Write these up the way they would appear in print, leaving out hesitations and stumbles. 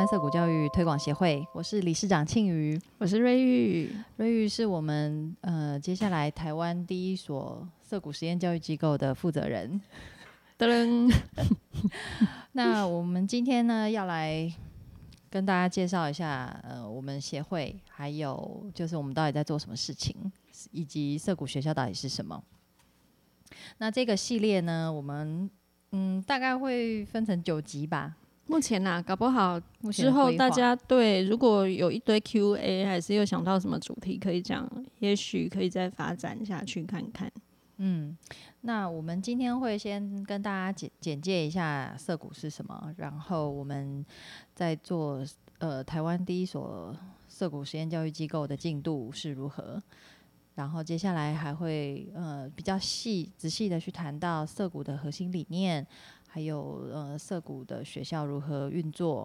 湾涩谷教育推广协会，我是理事长庆瑜。 我是瑞玉。 瑞玉是我们接下来台湾第一所涩谷实验教育机构的负责人。 噔噔那我们今天呢，要来跟大家介绍一下我们协会，还有就是我们到底在做什么事情，以及涩谷学校到底是什么。那这个系列呢，我们大概会分成9集吧。 目前啊，搞不好之后大家对如果有一堆 Q&A， 还是有想到什么主题可以讲，也许可以再发展下去看看。 那我们今天会先跟大家简介一下涩谷是什么，然后我们再做台湾第一所涩谷实验教育机构的进度是如何，然后接下来还会比较仔细的去谈到涩谷的核心理念，还有涩谷的学校如何运作，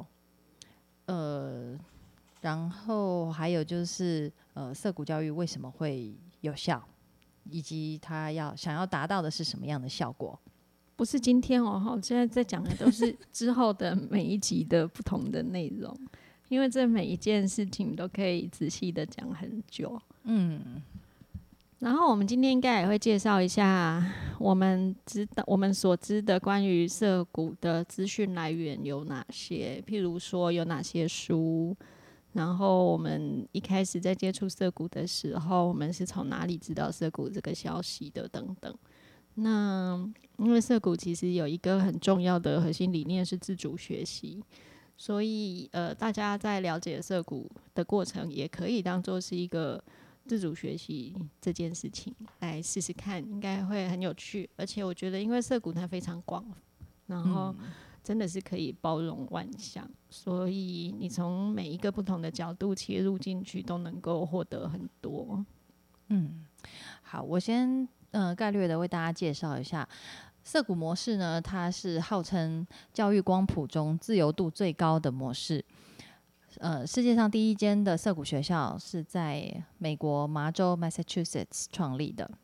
然后还有就是涩谷教育为什么会有效，以及他想要达到的是什么样的效果。 不是今天哦，现在在讲的都是之后的每一集的不同的内容，因为这每一件事情都可以仔细的讲很久。然后我们今天应该也会介绍一下我们所知的关于涩谷的资讯来源有哪些，譬如说有哪些书，然后我们一开始在接触涩谷的时候，我们是从哪里知道涩谷这个消息的等等。那因为涩谷其实有一个很重要的核心理念是自主学习，所以大家在了解涩谷的过程也可以当作是一个自主学习这件事情来试试看，应该会很有趣。而且我觉得因为涩谷它非常广，然后真的是可以包容万象，所以你从每一个不同的角度切入进去都能够获得很多。 好，我先概略的为大家介绍一下涩谷模式呢，它是号称教育光谱中自由度最高的模式。世界上第一间的涩谷学校是在美国麻州 Massachusetts 创立的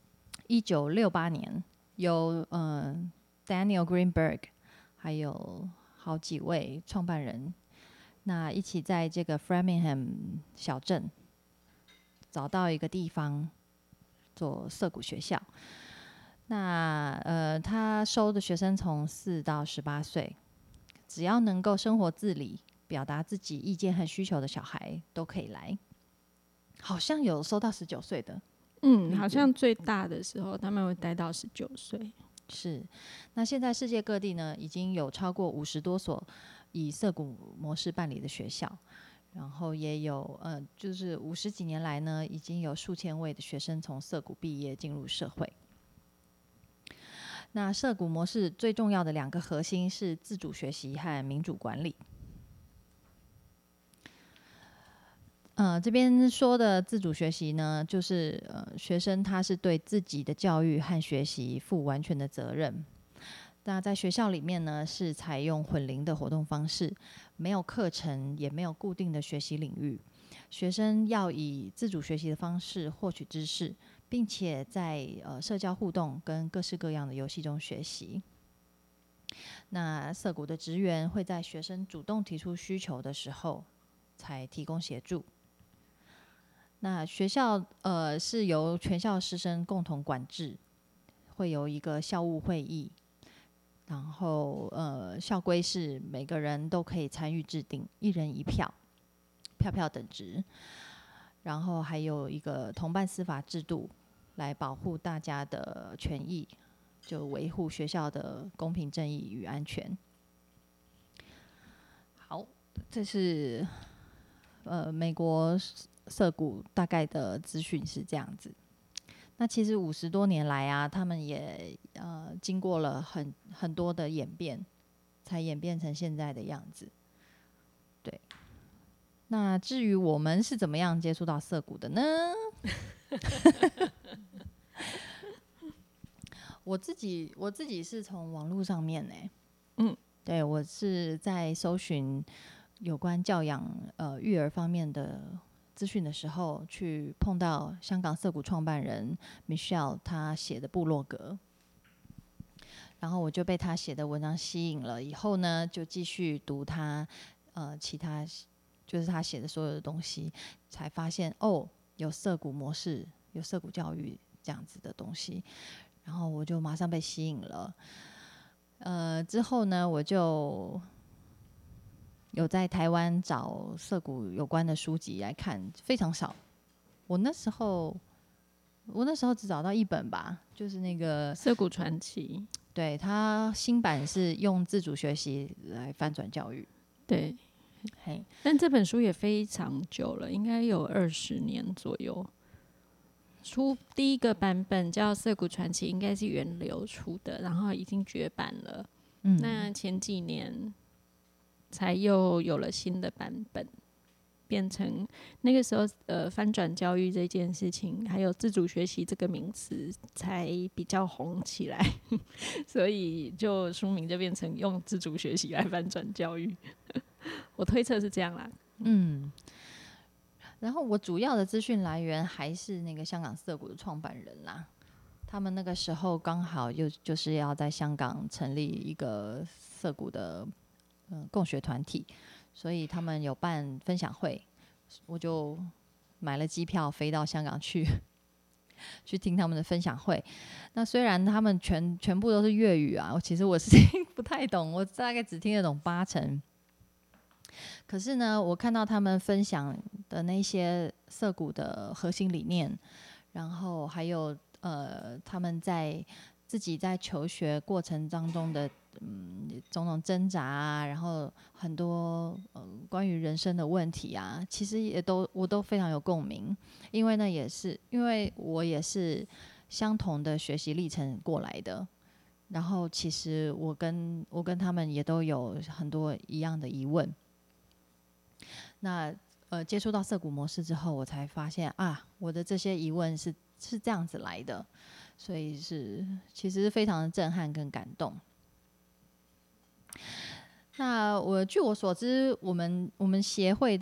，1968年由Daniel Greenberg 还有好几位创办人，那一起在这个 Framingham 小镇找到一个地方做涩谷学校。那他收的学生从4到18岁，只要能够生活自理，表达自己意见和需求的小孩都可以来。好像有收到19岁的， 好像最大的时候他们会待到19岁。 是。那现在世界各地呢，已经有超过50多所以涩谷模式办理的学校，然后也有就是50几年来呢，已经有数千位的学生从涩谷毕业进入社会。那涩谷模式最重要的2个核心是自主学习和民主管理。这边说的自主学习呢，就是学生他是对自己的教育和学习负完全的责任。那在学校里面呢，是采用混龄的活动方式，没有课程，也没有固定的学习领域。学生要以自主学习的方式获取知识，并且在社交互动跟各式各样的游戏中学习。那涩谷的职员会在学生主动提出需求的时候才提供协助。那学校是由全校师生共同管制，会有一个校务会议，然后校规是每个人都可以参与制定，1人1票，票票等值。然后还有一个同伴司法制度来保护大家的权益，就维护学校的公平正义与安全。好，这是美国涩谷大概的资讯是这样子。那其实50多年来啊，他们也经过了很多的演变，才演变成现在的样子。对。那至于我们是怎么样接触到涩谷的呢？我自己是从网络上面对，我是在搜寻有关教养育儿方面的资讯的时候，去碰到香港涩谷创办人 Michelle 他写的部落格，然后我就被他写的文章吸引了，以后呢就继续读他其他就是他写的所有的东西，才发现有涩谷模式，有涩谷教育这样子的东西，然后我就马上被吸引了。之后呢，我就有在台湾找涩谷有关的书籍来看，非常少。我那时候只找到一本吧，就是那个涩谷传奇。 对，它新版是用自主学习来翻转教育。 对， 嘿， 但这本书也非常久了，应该有20年左右。出第一个版本叫《涩谷传奇》，应该是源流出的，然后已经绝版了。那前几年才又有了新的版本，变成那个时候翻转教育这件事情，还有自主学习这个名词才比较红起来，所以就书名就变成用自主学习来翻转教育。我推测是这样啦。 然后我主要的资讯来源还是那个香港涩谷的创办人啦，他们那个时候刚好就是要在香港成立一个涩谷的共学团体，所以他们有办分享会，我就买了机票飞到香港去听他们的分享会。那虽然他们全部都是粤语啊，其实我是听不太懂，我大概只听得懂80%。可是呢，我看到他们分享的那些涩谷的核心理念，然后还有他们自己在求学过程当中的种种挣扎啊，然后很多关于人生的问题啊，其实我都非常有共鸣，因为我也是相同的学习历程过来的。然后其实我跟他们也都有很多一样的疑问。那接触到涩谷模式之后，我才发现我的这些疑问是这样子来的，所以其实是非常的震撼跟感动。那据我所知，我们协会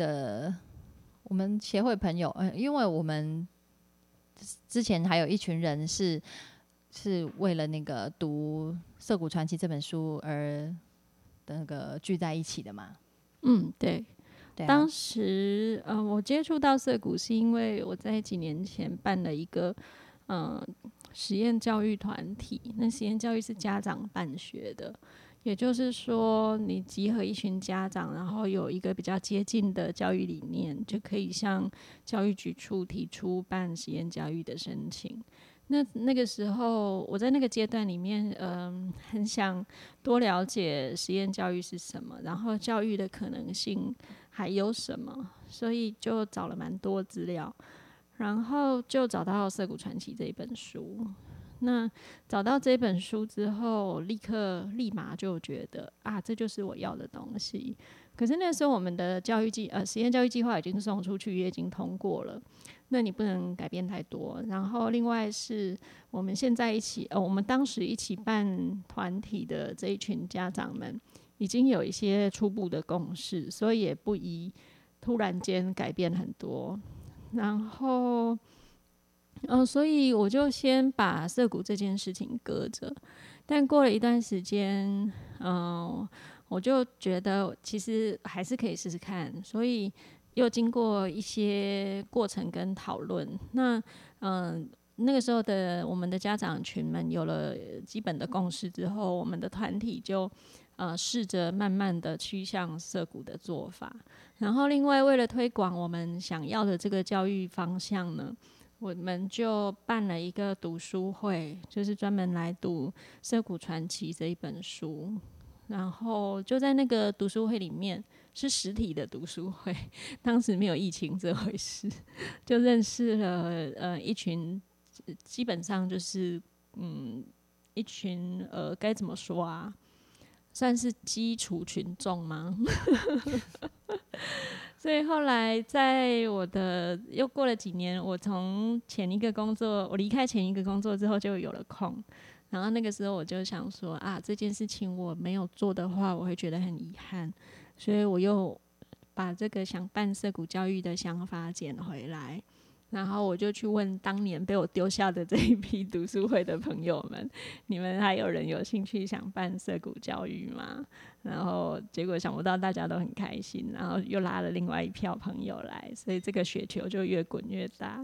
朋友，因为我们之前还有一群人是为了那个读《涩谷传奇》这本书而那个聚在一起的嘛。 对。 对啊， 当时我接触到涩谷是因为我在几年前办了一个实验教育团体。那实验教育是家长办学的，也就是说你集合一群家长，然后有一个比较接近的教育理念，就可以向教育局处提出办实验教育的申请。那个时候我在那个阶段里面很想多了解实验教育是什么，然后教育的可能性还有什么，所以就找了蛮多资料，然后就找到《涩谷传奇》这一本书。那找到这本书之后，立马就觉得这就是我要的东西。可是那时候我们的实验教育计划已经送出去，也已经通过了，那你不能改变太多。然后另外是我们现在我们当时一起办团体的这一群家长们，已经有一些初步的共识，所以也不宜突然间改变很多。然后所以我就先把涩谷这件事情搁着。但过了一段时间我就觉得其实还是可以试试看，所以又经过一些过程跟讨论。那个时候的我们的家长群们有了基本的共识之后，我们的团体就试着慢慢的趋向涩谷的做法。然后另外为了推广我们想要的这个教育方向呢，我们就办了一个读书会，就是专门来读《涩谷传奇》这一本书。然后就在那个读书会里面，是实体的读书会，当时没有疫情这回事，就认识了一群基本上就是一群该怎么说啊，算是基础群众吗？所以后来在又过了几年，我离开前一个工作之后就有了空。然后那个时候我就想说这件事情我没有做的话，我会觉得很遗憾，所以我又把这个想办涩谷教育的想法捡回来。 然后我就去问当年被我丢下的这一批读书会的朋友们，你们还有人有兴趣想办涉谷教育吗？然后结果想不到大家都很开心，然后又拉了另外一票朋友来，所以这个雪球就越滚越大。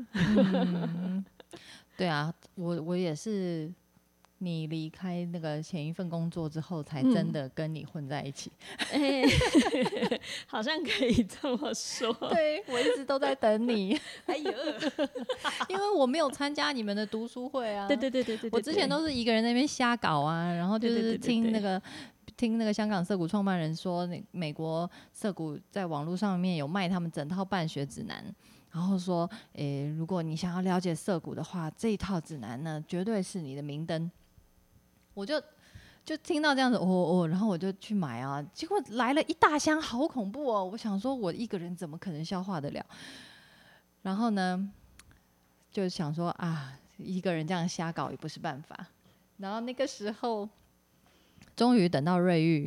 对啊，我也是。你离开那个前一份工作之后，才真的跟你混在一起。 好像可以这么说。 对，我一直都在等你。 哎呦， 因为我没有参加你们的读书会啊。 对， 我之前都是一个人在那边瞎搞啊，然后就是听那个香港涩谷创办人说，美国涩谷在网络上面有卖他们整套办学指南。然后说，如果你想要了解涩谷的话，这一套指南呢，绝对是你的明灯。我就听到这样子，然后我就去买啊，结果来了一大箱，好恐怖哦！我想说，我一个人怎么可能消化得了？然后呢，就想说啊，一个人这样瞎搞也不是办法。然后那个时候，终于等到瑞玉。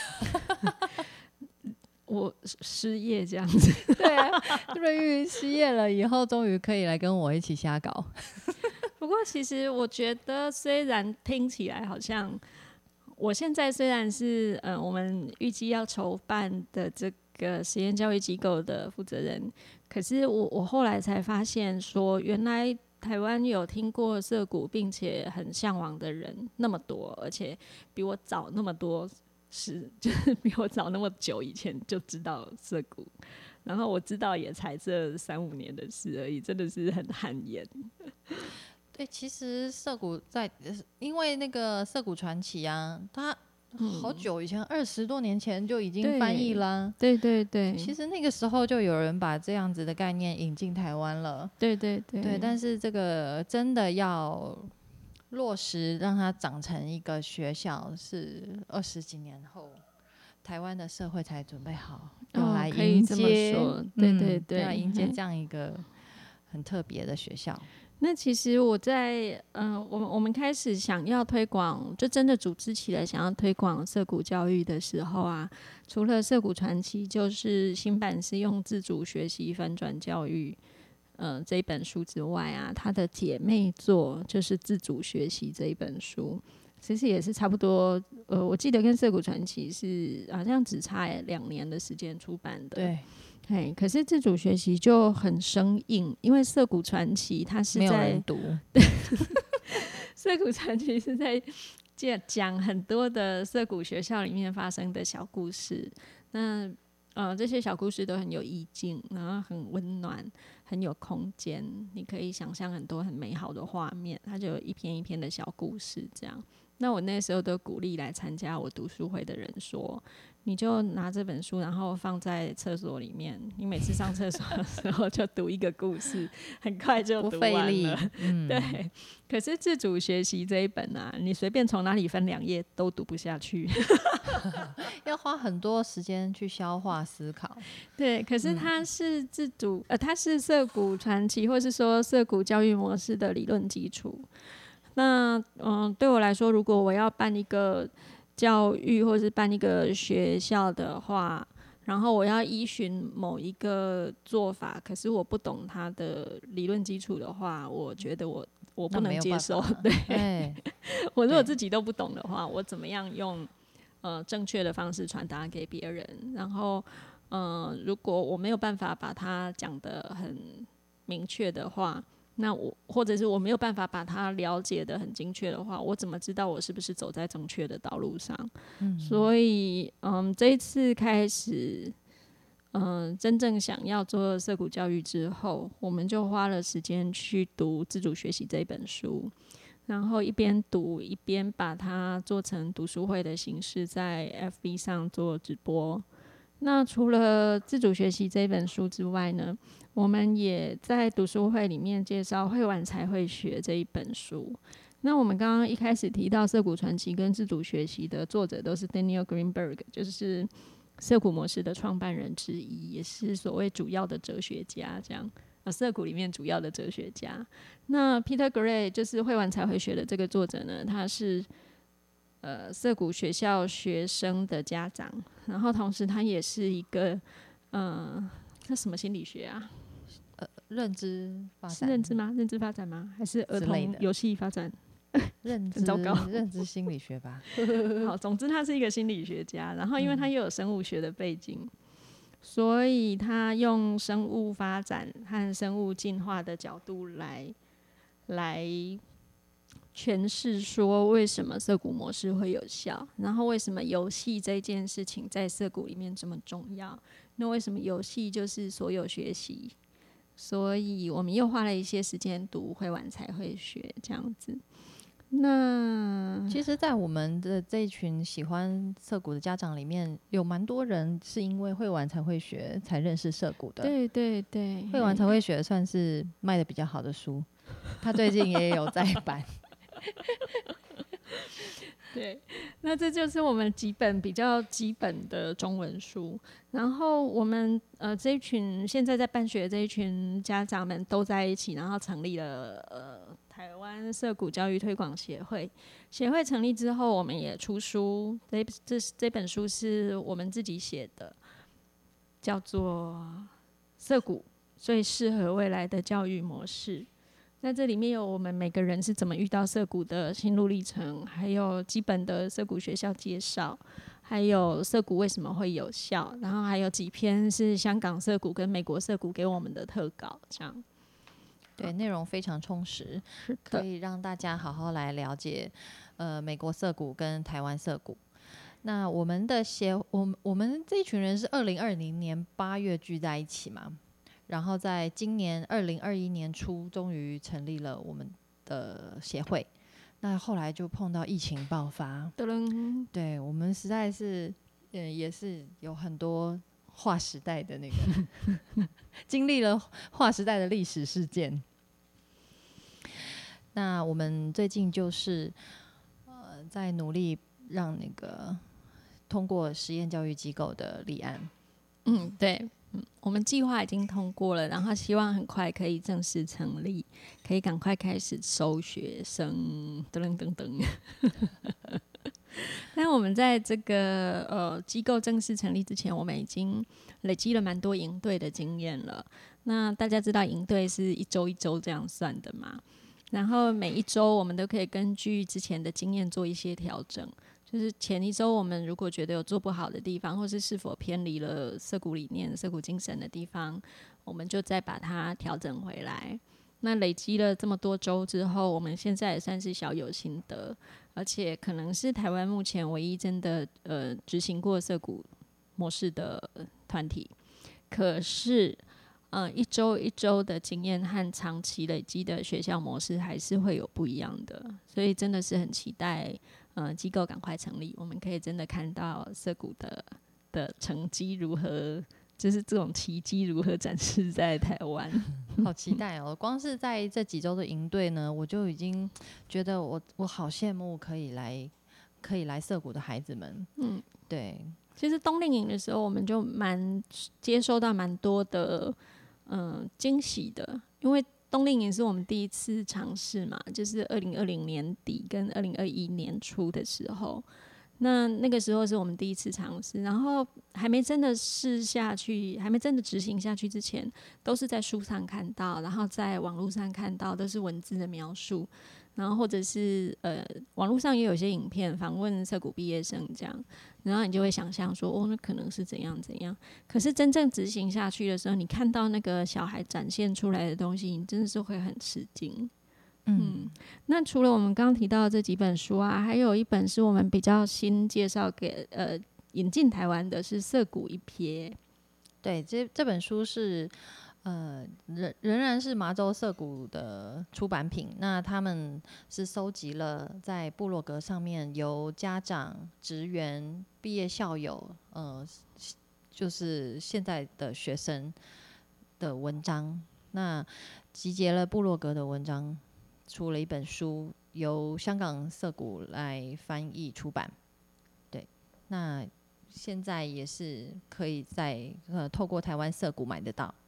我失业这样子。 对啊，瑞玉失业了以后，终于可以来跟我一起瞎搞。 不过其实我觉得，虽然听起来好像我现在虽然是我们预计要筹办的这个实验教育机构的负责人，可是我后来才发现说，原来台湾有听过涩谷并且很向往的人那么多，而且比我早那么多，就是比我早那么久以前就知道涩谷，然后我知道也才这3-5年的事而已，真的是很汗颜。 对，其实涩谷因为那个涩谷传奇啊，它好久以前，20多年前就已经翻译啦。 对， 其实那个时候就有人把这样子的概念引进台湾了。 对， 但是这个真的要落实，让它长成一个学校，是20几年后，台湾的社会才准备好要来迎接。对，要迎接这样一个很特别的学校。 那其实我在我们开始想要推广，就真的组织起来想要推广涩谷教育的时候啊，除了涩谷传奇，就是新版是用自主学习翻转教育这一本书之外啊，它的姐妹作就是自主学习这一本书，其实也是差不多我记得跟涩谷传奇是好像只差2年的时间出版的。 对。 可是自主学习就很生硬，因为涩谷传奇它是在没有人读。 涩谷传奇是在讲很多的涩谷学校里面发生的小故事，那这些小故事都很有意境，然后很温暖，很有空间，你可以想象很多很美好的画面，它就有一篇一篇的小故事这样。那我那时候都鼓励来参加我读书会的人说，你就拿这本书，然后放在厕所里面，你每次上厕所的时候就读一个故事，很快就读完了。不费力。对。可是自主学习这一本啊，你随便从哪里翻2页都读不下去。 要花很多时间去消化思考。 对，可是它是自主它是涩谷传奇，或是说涩谷教育模式的理论基础。那对我来说，如果我要办一个教育或是办一个学校的话，然后我要依循某一个做法，可是我不懂它的理论基础的话，我觉得我不能接受。对，我如果自己都不懂的话，我怎么样用正确的方式传达给别人？然后如果我没有办法把它讲得很明确的话，那或者是我没有办法把它了解得很精确的话，我怎么知道我是不是走在正确的道路上？所以这一次开始真正想要做涩谷教育之后，我们就花了时间去读自主学习这本书，然后一边读一边把它做成读书会的形式，在 FB 上做直播。那除了自主学习这本书之外呢，我们也在读书会里面介绍会玩才会学这一本书。那我们刚刚一开始提到涩谷传奇跟自主学习的作者都是 Daniel Greenberg， 就是涩谷模式的创办人之一，也是所谓主要的哲学家，这样涩谷里面主要的哲学家。那 Peter Gray 就是会玩才会学的这个作者呢，他是涩谷学校学生的家长，然后同时他也是一个那什么心理学啊？ 认知发展是认知吗？认知发展吗？还是儿童游戏发展？ 认知很糟糕， 认知心理学吧。 好，总之他是一个心理学家，然后因为他又有生物学的背景，所以他用生物发展和生物进化的角度来诠释说为什么涩谷模式会有效，然后为什么游戏这件事情在涩谷里面这么重要，那为什么游戏就是所有学习，所以我们又花了一些时间读会玩才会学这样子。那其实，在我们的这一群喜欢涩谷的家长里面，有蛮多人是因为会玩才会学才认识涩谷的。 对对对， 会玩才会学算是卖的比较好的书，他最近也有在版。 对，那这就是我们几本比较基本的中文书。然后我们这一群现在在办学的这一群家长们都在一起，然后成立了台湾涩谷教育推广协会。协会成立之后，我们也出书，这本书是我们自己写的，叫做《涩谷最适合未来的教育模式》。那这里面有我们每个人是怎么遇到涩谷的心路历程，还有基本的涩谷学校介绍，还有涩谷为什么会有效，然后还有几篇是香港涩谷跟美国涩谷给我们的特稿，这样。 对，内容非常充实，可以让大家好好来了解美国涩谷跟台湾涩谷。那我们的我们这一群人是2020年8月聚在一起嘛，然后在今年2021年初终于成立了我们的协会。那后来就碰到疫情爆发，对，我们实在是也是有很多划时代的那个经历了划时代的历史事件。那我们最近就是在努力让那个通过实验教育机构的立案。 对，我们计划已经通过了，然后希望很快可以正式成立，可以赶快开始收学生，等等等。但我们在这个机构正式成立之前，我们已经累积了蛮多营队的经验了。那大家知道营队是一周一周这样算的嘛？然后每一周我们都可以根据之前的经验做一些调整。就是前一周我们如果觉得有做不好的地方，或是否偏离了涩谷理念、涩谷精神的地方，我们就再把它调整回来。那累积了这么多周之后，我们现在也算是小有心得，而且可能是台湾目前唯一真的执行过涩谷模式的团体。可是一周一周的经验和长期累积的学校模式还是会有不一样的，所以真的是很期待机构赶快成立，我们可以真的看到涩谷的成绩如何，就是这种奇迹如何展示在台湾。 好期待哦！光是在这几周的营队呢，我就已经觉得我好羡慕可以来涩谷的孩子们。对。 其实冬令营的时候，我们就接收到蛮多的惊喜的，因为冬令营是我们第一次尝试嘛，就是2020年底跟2021年初的时候，那个时候是我们第一次尝试，然后还没真的试下去，还没真的执行下去之前，都是在书上看到，然后在网络上看到，都是文字的描述，然后或者是网络上也有一些影片访问涩谷毕业生这样，然后你就会想象说那可能是怎样怎样，可是真正执行下去的时候，你看到那个小孩展现出来的东西，你真的是会很吃惊。那除了我们刚刚提到的这几本书啊，还有一本是我们比较新介绍给引进台湾的，是涩谷一瞥。 对，这本书是仍然是麻州涩谷的出版品。那他们是搜集了在部落格上面由家长、职员、毕业校友，就是现在的学生的文章，那集结了部落格的文章，出了一本书，由香港涩谷来翻译出版。对，那现在也是可以在透过台湾涩谷买得到。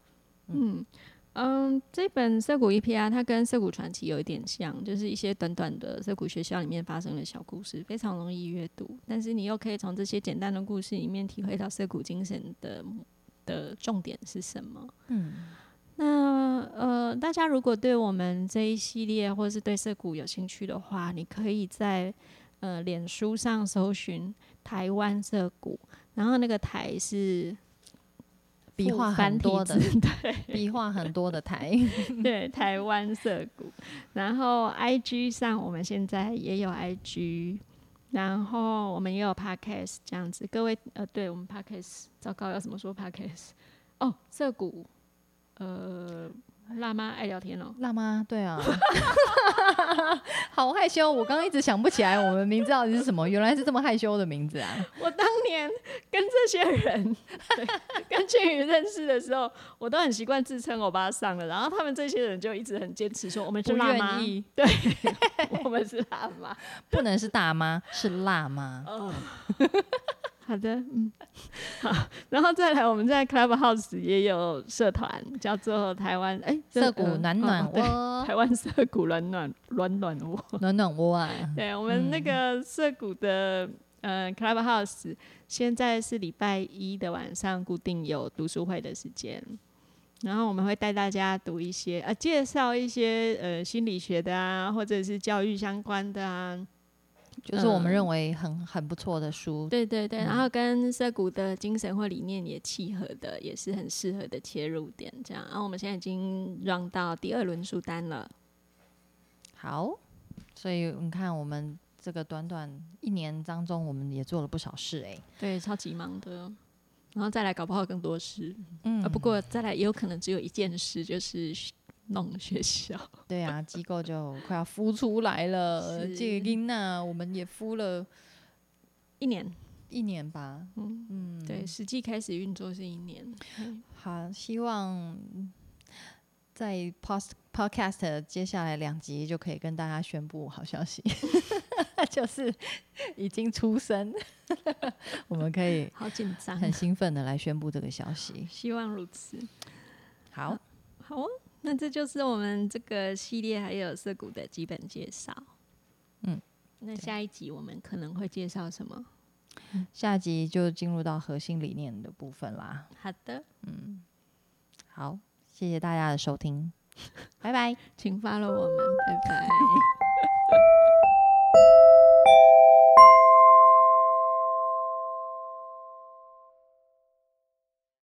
这本涩谷 EPR 它跟涩谷传奇有一点像，就是一些短短的涩谷学校里面发生的小故事，非常容易阅读，但是你又可以从这些简单的故事里面体会到涩谷精神的重点是什么。 那大家如果对我们这一系列或是对涩谷有兴趣的话，你可以在脸书上搜寻台湾涩谷，然后那个台是笔画很多的， 对， 笔画很多的台， 对，台湾涩谷。然后 IG 上我们现在也有 IG，然后我们也有 Podcast 这样子。各位对我们 Podcast， 糟糕，要怎么说 Podcast？ 哦，涩谷，辣妈爱聊天哦， 辣妈，对啊，好害羞，我刚刚一直想不起来我们名字到底是什么，原来是这么害羞的名字啊！ 我当年跟这些人跟俊宇认识的时候，我都很习惯自称欧巴桑了，然后他们这些人就一直很坚持说我们是辣妈，对，我们是辣妈， 不能是大妈，是辣妈。 好的，好，然后再来，我们在 Clubhouse 也有社团，叫做台湾涩谷暖暖窝， 台湾涩谷暖暖窝， 暖暖窝啊。 对，我们那个涩谷的Clubhouse 现在是礼拜一的晚上固定有读书会的时间，然后我们会带大家读一些介绍一些心理学的啊，或者是教育相关的啊。 就是我们认为很不错的书， 对对对，然后跟涩谷的精神或理念也契合的，也是很适合的切入点。这样，然后我们现在已经 run 到第2轮书单了。 好，所以你看，我们这个短短1年当中，我们也做了不少事对，超级忙的。然后再来，搞不好更多事。不过再来也有可能只有一件事，就是弄学校。 对啊，机构就快要孵出来了。这个囡仔我们也孵了1年吧。 对，实际开始运作是1年。 好，希望在 podcast 接下来2集就可以跟大家宣布好消息，就是已经出生，我们可以好紧张， 很兴奋的来宣布这个消息。 希望如此。 好， 好哦。那这就是我们这个系列还有涩谷的基本介绍。那下一集我们可能会介绍什么？ 下集就进入到核心理念的部分啦。 好的， 好，谢谢大家的收听，拜拜， 请follow我们，拜拜。